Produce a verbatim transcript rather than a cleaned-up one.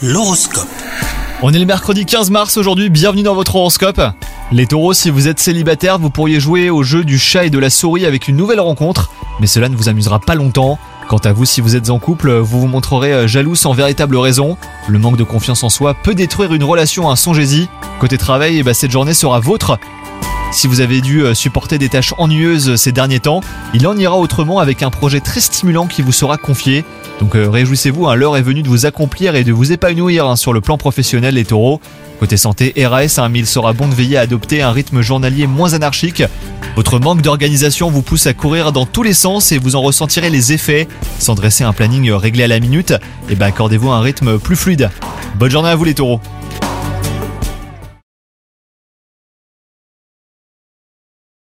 L'horoscope. On est le mercredi quinze mars aujourd'hui, bienvenue dans votre horoscope. Les taureaux, si vous êtes célibataire, vous pourriez jouer au jeu du chat et de la souris avec une nouvelle rencontre, mais cela ne vous amusera pas longtemps. Quant à vous, si vous êtes en couple, vous vous montrerez jaloux sans véritable raison. Le manque de confiance en soi peut détruire une relation, hein, songez-y. Côté travail, eh ben, cette journée sera vôtre. Si vous avez dû supporter des tâches ennuyeuses ces derniers temps, il en ira autrement avec un projet très stimulant qui vous sera confié. Donc euh, réjouissez-vous, hein, l'heure est venue de vous accomplir et de vous épanouir hein, sur le plan professionnel, les taureaux. Côté santé, R A S, hein, mais il sera bon de veiller à adopter un rythme journalier moins anarchique. Votre manque d'organisation vous pousse à courir dans tous les sens et vous en ressentirez les effets. Sans dresser un planning réglé à la minute, et ben accordez-vous un rythme plus fluide. Bonne journée à vous les taureaux.